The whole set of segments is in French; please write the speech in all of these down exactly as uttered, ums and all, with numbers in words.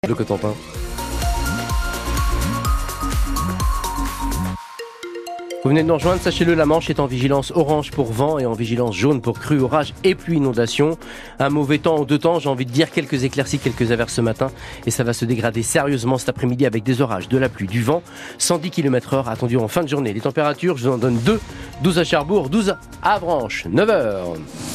Le Cotentin. Vous venez de nous rejoindre, sachez-le, la Manche est en vigilance orange pour vent et en vigilance jaune pour crue, orage et pluie inondation. Un mauvais temps en deux temps, j'ai envie de dire quelques éclaircies, quelques averses ce matin et ça va se dégrader sérieusement cet après-midi avec des orages, de la pluie, du vent, cent dix kilomètres heure attendu en fin de journée. Les températures, je vous en donne deux, douze à Cherbourg, douze à Avranches, neuf heures.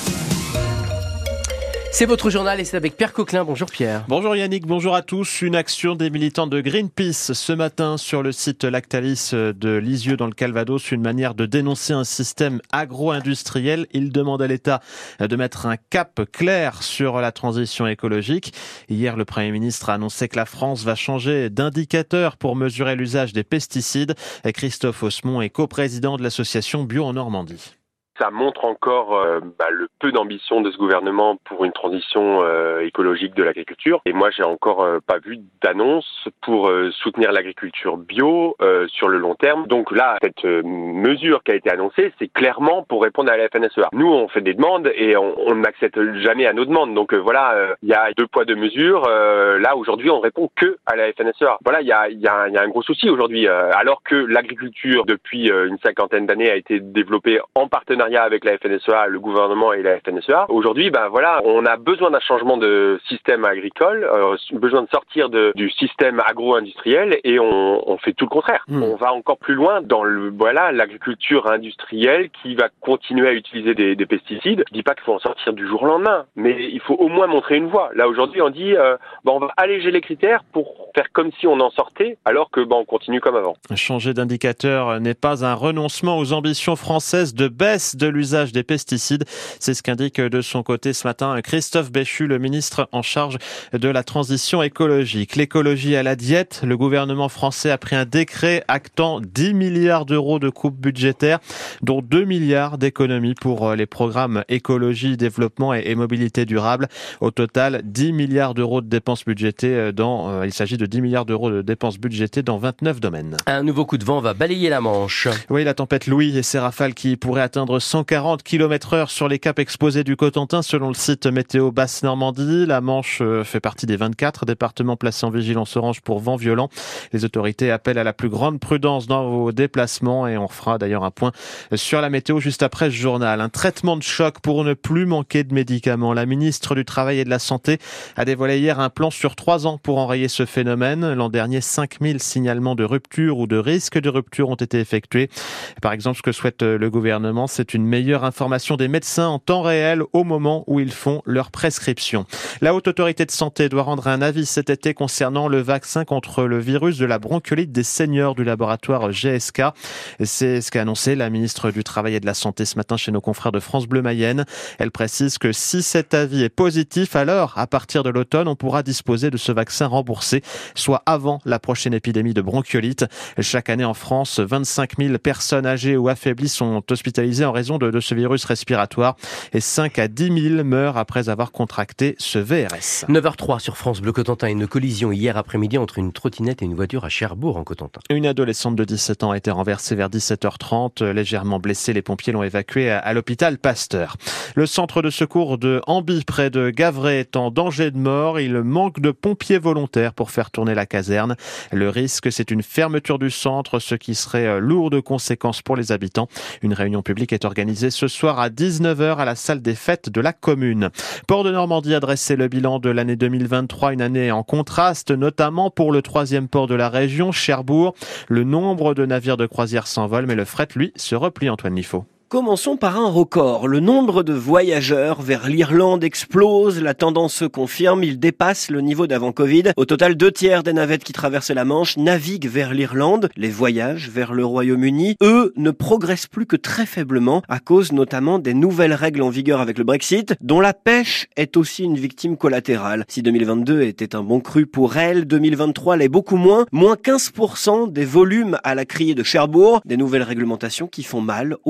C'est votre journal et c'est avec Pierre Coquelin. Bonjour Pierre. Bonjour Yannick, bonjour à tous. Une action des militants de Greenpeace ce matin sur le site Lactalis de Lisieux dans le Calvados. Une manière de dénoncer un système agro-industriel. Ils demandent à l'État de mettre un cap clair sur la transition écologique. Hier, le Premier ministre a annoncé que la France va changer d'indicateur pour mesurer l'usage des pesticides. Christophe Osmond est coprésident de l'association Bio en Normandie. Ça montre encore euh, bah, le peu d'ambition de ce gouvernement pour une transition euh, écologique de l'agriculture. Et moi, j'ai encore euh, pas vu d'annonce pour euh, soutenir l'agriculture bio euh, sur le long terme. Donc là, cette euh, mesure qui a été annoncée, c'est clairement pour répondre à la F N S E A. Nous, on fait des demandes et on n'accepte jamais à nos demandes. Donc euh, voilà, il euh, y a deux poids, deux mesures. Euh, là, aujourd'hui, on répond que à la F N S E A. Voilà, il y a, y, a, y a un gros souci aujourd'hui. Euh, alors que l'agriculture, depuis euh, une cinquantaine d'années, a été développée en partenariat avec la F N S E A, le gouvernement et la F N S E A. Aujourd'hui, ben voilà, on a besoin d'un changement de système agricole, euh, besoin de sortir de, du système agro-industriel et on, on fait tout le contraire. Mmh. On va encore plus loin dans le voilà l'agriculture industrielle qui va continuer à utiliser des, des pesticides. Je dis pas qu'il faut en sortir du jour au lendemain, mais il faut au moins montrer une voie. Là aujourd'hui, on dit euh, ben, on va alléger les critères pour faire comme si on en sortait, alors que ben on continue comme avant. Changer d'indicateur n'est pas un renoncement aux ambitions françaises de baisse de l'usage des pesticides. C'est ce qu'indique de son côté ce matin Christophe Béchu, le ministre en charge de la transition écologique. L'écologie à la diète, le gouvernement français a pris un décret actant dix milliards d'euros de coupes budgétaires, dont deux milliards d'économies pour les programmes écologie, développement et mobilité durable. Au total, dix milliards d'euros de dépenses budgétées dans, euh, il s'agit de dix milliards d'euros de dépenses budgétées dans vingt-neuf domaines. Un nouveau coup de vent va balayer la Manche. Oui, la tempête Louis et ses rafales qui pourraient atteindre cent quarante kilomètres heure sur les caps exposés du Cotentin selon le site Météo Basse-Normandie. La Manche fait partie des vingt-quatre départements placés en vigilance orange pour vent violent. Les autorités appellent à la plus grande prudence dans vos déplacements et on fera d'ailleurs un point sur la météo juste après ce journal. Un traitement de choc pour ne plus manquer de médicaments. La ministre du Travail et de la Santé a dévoilé hier un plan sur trois ans pour enrayer ce phénomène. L'an dernier, cinq mille signalements de rupture ou de risque de rupture ont été effectués. Par exemple, ce que souhaite le gouvernement, c'est une meilleure information des médecins en temps réel au moment où ils font leur prescription. La Haute Autorité de Santé doit rendre un avis cet été concernant le vaccin contre le virus de la bronchiolite des seniors du laboratoire G S K. C'est ce qu'a annoncé la ministre du Travail et de la Santé ce matin chez nos confrères de France Bleu Mayenne. Elle précise que si cet avis est positif, alors à partir de l'automne, on pourra disposer de ce vaccin remboursé, soit avant la prochaine épidémie de bronchiolite. Chaque année en France, vingt-cinq mille personnes âgées ou affaiblies sont hospitalisées en raison de, de ce virus respiratoire et cinq à dix mille meurent après avoir contracté ce V R S. neuf heures zéro trois sur France Bleu Cotentin. Une collision hier après-midi entre une trottinette et une voiture à Cherbourg en Cotentin. Une adolescente de dix-sept ans a été renversée vers dix-sept heures trente. Légèrement blessée, les pompiers l'ont évacuée à, à l'hôpital Pasteur. Le centre de secours de Amby près de Gavray est en danger de mort. Il manque de pompiers volontaires pour faire tourner la caserne. Le risque, c'est une fermeture du centre, ce qui serait lourd de conséquences pour les habitants. Une réunion publique est organisée ce soir à dix-neuf heures à la salle des fêtes de la commune. Port de Normandie a dressé le bilan de l'année deux mille vingt-trois, une année en contraste, notamment pour le troisième port de la région, Cherbourg. Le nombre de navires de croisière s'envole, mais le fret, lui, se replie, Antoine Liffaut. Commençons par un record. Le nombre de voyageurs vers l'Irlande explose. La tendance se confirme. Il dépasse le niveau d'avant Covid. Au total, deux tiers des navettes qui traversent la Manche naviguent vers l'Irlande. Les voyages vers le Royaume-Uni, eux, ne progressent plus que très faiblement à cause notamment des nouvelles règles en vigueur avec le Brexit, dont la pêche est aussi une victime collatérale. Si deux mille vingt-deux était un bon cru pour elle, deux mille vingt-trois l'est beaucoup moins. Moins quinze pour cent des volumes à la criée de Cherbourg. Des nouvelles réglementations qui font mal aussi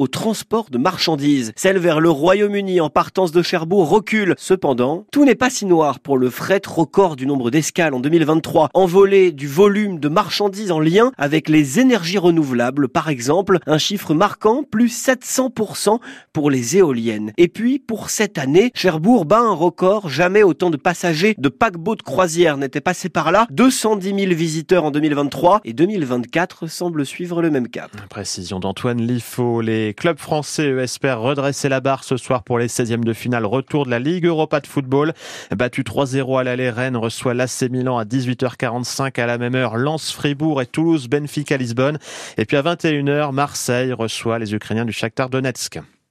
au transport de marchandises. Celle vers le Royaume-Uni en partance de Cherbourg recule. Cependant, tout n'est pas si noir pour le fret, record du nombre d'escales en deux mille vingt-trois. Envolée du volume de marchandises en lien avec les énergies renouvelables, par exemple, un chiffre marquant, plus sept cents pour cent pour les éoliennes. Et puis, pour cette année, Cherbourg bat un record. Jamais autant de passagers de paquebots de croisière n'étaient passés par là. deux cent dix mille visiteurs en deux mille vingt-trois et deux mille vingt-quatre semble suivre le même cap. Précision d'Antoine Liffaut. Les clubs français eux, espèrent redresser la barre ce soir pour les seizièmes de finale. Retour de la Ligue Europa de football. Battu trois zéro à l'aller, Rennes reçoit l'A C Milan à dix-huit heures quarante-cinq. À la même heure, Lens Fribourg et Toulouse Benfica Lisbonne. Et puis à vingt et une heures, Marseille reçoit les Ukrainiens du Shakhtar Donetsk.